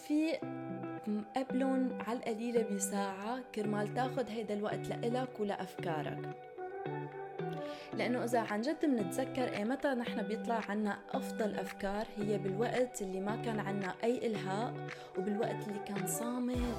في قبلن على القليلة بساعة كرمال تاخد هيدا الوقت لإلك ولأفكارك. لأنه إذا عن جد منتذكر متى نحن بيطلع عنا أفضل أفكار، هي بالوقت اللي ما كان عنا أي إلهاء وبالوقت اللي كان صامت.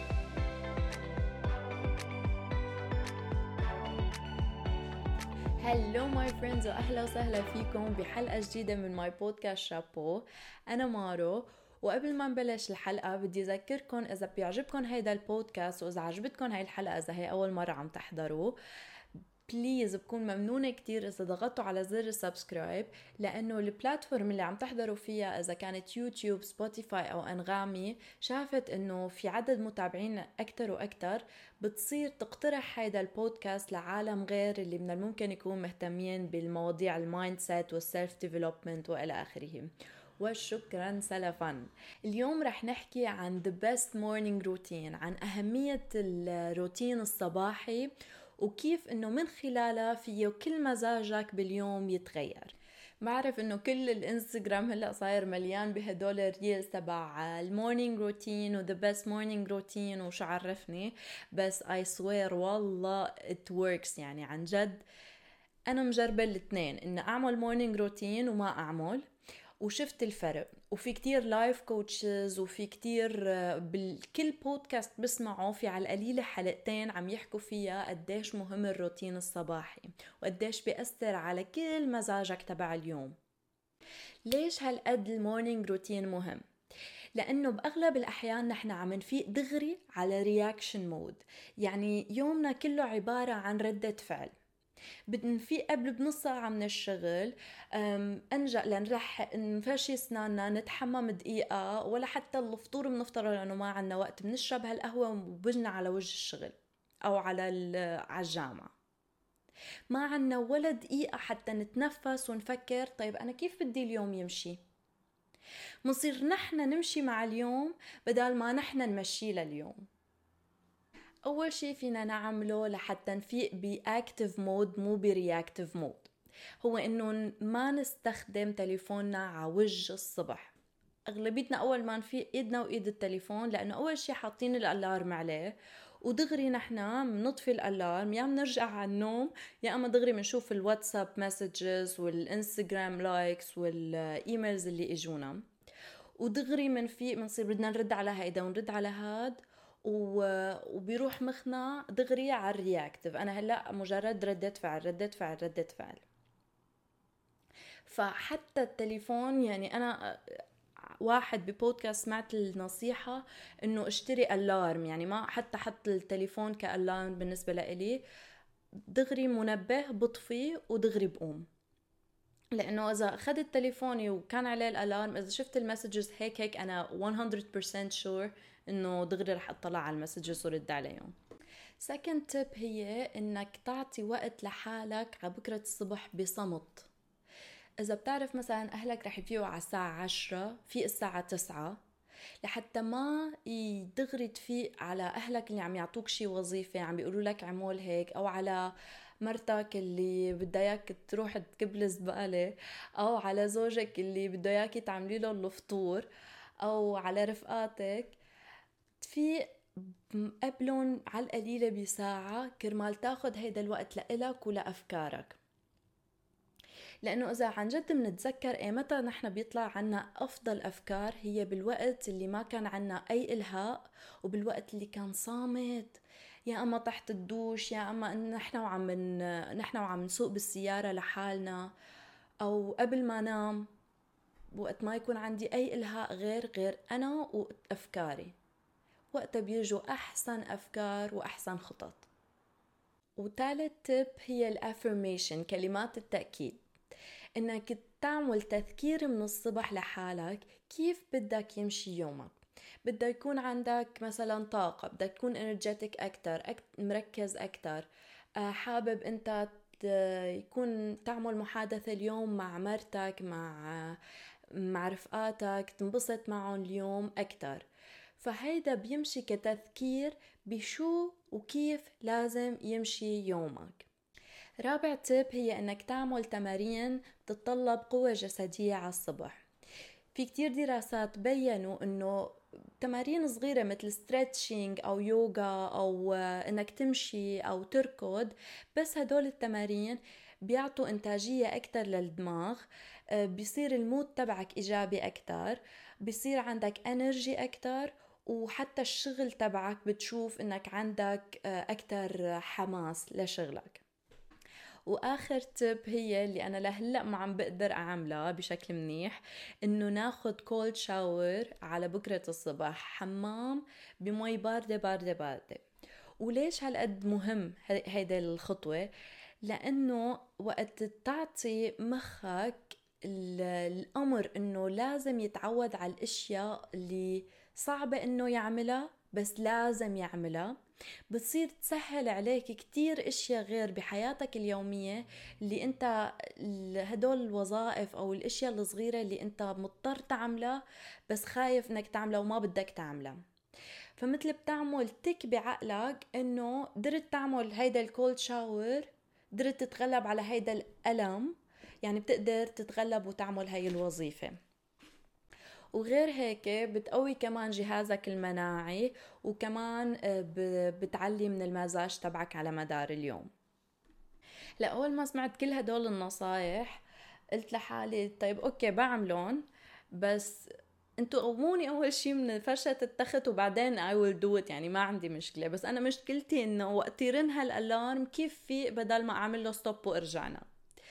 هلو ماي فريندز، وأهلا وسهلا فيكم بحلقة جديدة من ماي بودكاست شابو. أنا مارو، وقبل ما نبلش الحلقة بدي أذكركم إذا بيعجبكم هيدا البودكاست وإذا عجبتكم هاي الحلقة، إذا هي أول مرة عم تحضروا، بليز بكون ممنونة كتير إذا ضغطوا على زر السبسكرايب، لأنه البلاتفورم اللي عم تحضروا فيها إذا كانت يوتيوب، سبوتيفاي أو أنغامي شافت إنه في عدد متابعين أكتر وأكتر، بتصير تقترح هيدا البودكاست لعالم غير اللي من الممكن يكون مهتمين بالمواضيع المايند سيت والسيلف ديفلوبمنت وإلى آخره. وشكرا سلفا. اليوم رح نحكي عن the best morning routine، عن أهمية الروتين الصباحي وكيف انه من خلالها فيه كل مزاجك باليوم يتغير. بعرف انه كل الانستغرام هلأ صاير مليان بهدول الريلز تبع المورنينج روتين و the best morning routine وشو عرفني، بس I swear والله it works. يعني عن جد أنا مجربة الاثنين، إن أعمل مورنينج روتين وما أعمل، وشفت الفرق. وفي كتير لايف كوتشز وفي كتير بالكل بودكاست بسمعه في على القليلة حلقتين عم يحكوا فيها قديش مهم الروتين الصباحي وقديش بيأثر على كل مزاجك تبع اليوم. ليش هالقد المورنينج روتين مهم؟ لأنه بأغلب الأحيان نحن عم نفيق دغري على رياكشن مود، يعني يومنا كله عبارة عن ردة فعل. بنفيق قبل بنص ساعة من الشغل، أنجأ لنرح نفرشي اسناننا، نتحمم دقيقة، ولا حتى الفطور بنفطره لأنه ما عنا وقت، بنشرب هالقهوة وبجنا على وجه الشغل أو على الجامعة. ما عنا ولا دقيقة حتى نتنفس ونفكر طيب أنا كيف بدي اليوم يمشي. مصير نحن نمشي مع اليوم بدل ما نحن نمشي لليوم. أول شي فينا نعمله لحتى نفيق بأكتيف مود مو برياكتيف مود هو إنه ما نستخدم تليفوننا على وجه الصبح. أغلبيتنا أول ما نفيق إيدنا وإيد التليفون، لأنه أول شي حاطين الألارم عليه، ودغري نحنا منطفي الألارم، يا منرجع على النوم يا أما دغري منشوف الواتساب مسجز والإنستغرام لايكس والإيميلز اللي إجونا، ودغري منفيق منصير بدنا نرد على هيدا ونرد على هاد، وبيروح مخنا دغري على الرياكتيف. أنا هلأ مجرد ردة فعل. فحتى التليفون، يعني أنا واحد ببودكاست سمعت النصيحة إنه اشتري ألارم، يعني ما حتى حط التليفون كألارم بالنسبة لإلي، دغري منبه بطفي ودغري بقوم. لأنه إذا أخذت تليفوني وكان عليه الألارم، إذا شفت المسجز هيك أنا 100% sure إنه دغري رح أطلع على المسجز ورد عليهم. second tip هي إنك تعطي وقت لحالك على بكرة الصبح بصمت. إذا بتعرف مثلا أهلك رح يفيقوا على الساعة 10، في الساعة 9، لحتى ما يدغري تفيق على أهلك اللي عم يعطوك شي وظيفة عم بيقولوا لك عمول هيك، أو على مرتك اللي بدها اياك تروح تكب الزبالة، أو على زوجك اللي بده اياك تعملي له الفطور، أو على رفقاتك. تفيق قبلن على القليلة بساعة كرمال تاخد هيدا الوقت لإلك ولأفكارك. لأنه إذا عن جد منتذكر متى نحن بيطلع عنا أفضل أفكار، هي بالوقت اللي ما كان عنا أي إلهاء وبالوقت اللي كان صامت، يا أما تحت الدوش، يا أما نحن وعم نسوق بالسيارة لحالنا، أو قبل ما نام، وقت ما يكون عندي أي إلهاء غير أنا وأفكاري. وقتها بيجوا أحسن أفكار وأحسن خطط. وثالث تيب هي الأفرميشن، كلمات التأكيد. إنك تعمل تذكير من الصبح لحالك كيف بدك يمشي يومك. بدك يكون عندك مثلا طاقة، بدك تكون انرجيتك أكتر، مركز أكتر، حابب أنت يكون تعمل محادثة اليوم مع مرتك، مع رفقاتك، تنبسط معهم اليوم أكتر. فهيدا بيمشي كتذكير بشو وكيف لازم يمشي يومك. رابع تيب هي انك تعمل تمارين تتطلب قوة جسدية على الصبح. في كتير دراسات بيّنوا انه تمارين صغيرة مثل ستريتشنج أو يوغا أو إنك تمشي أو تركض، بس هدول التمارين بيعطوا إنتاجية أكتر للدماغ. بيصير المود تبعك إيجابي أكتر، بيصير عندك انرجي أكتر، وحتى الشغل تبعك بتشوف إنك عندك أكتر حماس لشغلك. واخر تب هي اللي انا لهلا ما عم بقدر اعملها بشكل منيح، انه ناخد كولد شاور على بكرة الصبح، حمام بمي باردة باردة باردة. وليش هالقد مهم هيدا الخطوة؟ لانه وقت تعطي مخك الامر انه لازم يتعود على الاشياء اللي صعبة انه يعملها بس لازم يعملها، بتصير تسهل عليك كتير اشياء غير بحياتك اليومية اللي انت هدول الوظائف او الاشياء الصغيرة اللي انت مضطر تعملها بس خايف انك تعملها وما بدك تعملها. فمثل بتعمل تك بعقلك انه قدرت تعمل هيدا الكولد شاور، قدرت تتغلب على هيدا الألم، يعني بتقدر تتغلب وتعمل هاي الوظيفة. وغير هيك بتقوي كمان جهازك المناعي، وكمان بتعلي من المزاج تبعك على مدار اليوم. لأول ما سمعت كل هدول النصايح قلت لحالي طيب اوكي بعملون، بس انتوا قوموني اول شي من فرشة التخت وبعدين I will do it، يعني ما عندي مشكلة. بس انا مشكلتي انه وقت يرن هالالارم كيف في بدل ما اعمل له ستوب وارجعنا.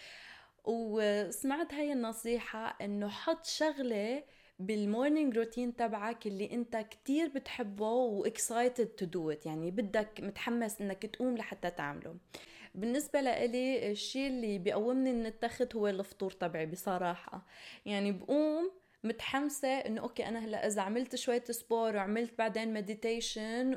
وسمعت هاي النصيحة انه حط شغلة بالمورنينج روتين تبعك اللي انت كتير بتحبه و excited to do it، يعني بدك متحمس انك تقوم لحتى تعمله. بالنسبة لإلي الشيء اللي بيقومني من التخت هو الفطور تبعي بصراحة. يعني بقوم متحمسة انه اوكي انا هلا اذا عملت شوية سبور وعملت بعدين مديتيشن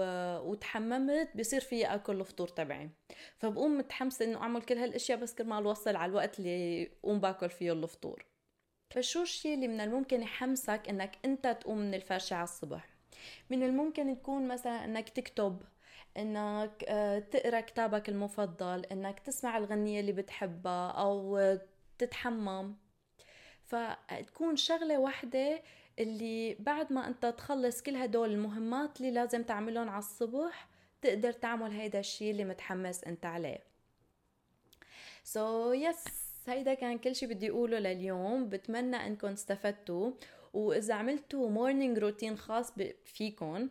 وتحممت بيصير في اكل الفطور تبعي. فبقوم متحمسة انه اعمل كل هالاشياء بس كرمال اوصل على الوقت اللي قوم باكل فيه الفطور. فشو الشيء اللي من الممكن يحمسك انك انت تقوم من الفرشة على الصبح؟ من الممكن تكون مثلا انك تكتب، انك تقرا كتابك المفضل، انك تسمع الغنية اللي بتحبها، او تتحمم. فتكون شغلة واحدة اللي بعد ما انت تخلص كل هدول المهمات اللي لازم تعملهم على الصبح تقدر تعمل هيدا الشيء اللي متحمس انت عليه. يس، هيدا كان كل شي بدي اقوله لليوم. بتمنى انكم استفدتوا، واذا عملتوا مورنينج روتين خاص فيكم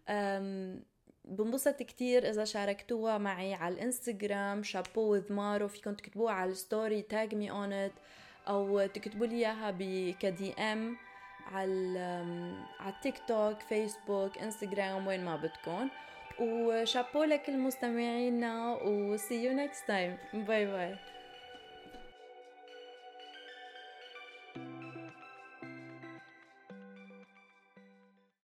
بنبسط كتير اذا شاركتوها معي على الانستغرام شابو with مارو. فيكم تكتبوها على الستوري تاج مي اون ات، او تكتبوا لي اياها كدي ام على التيك توك فيسبوك انستغرام وين ما بدكم. وشابو لكل مستمعينا، و see you next time. باي باي.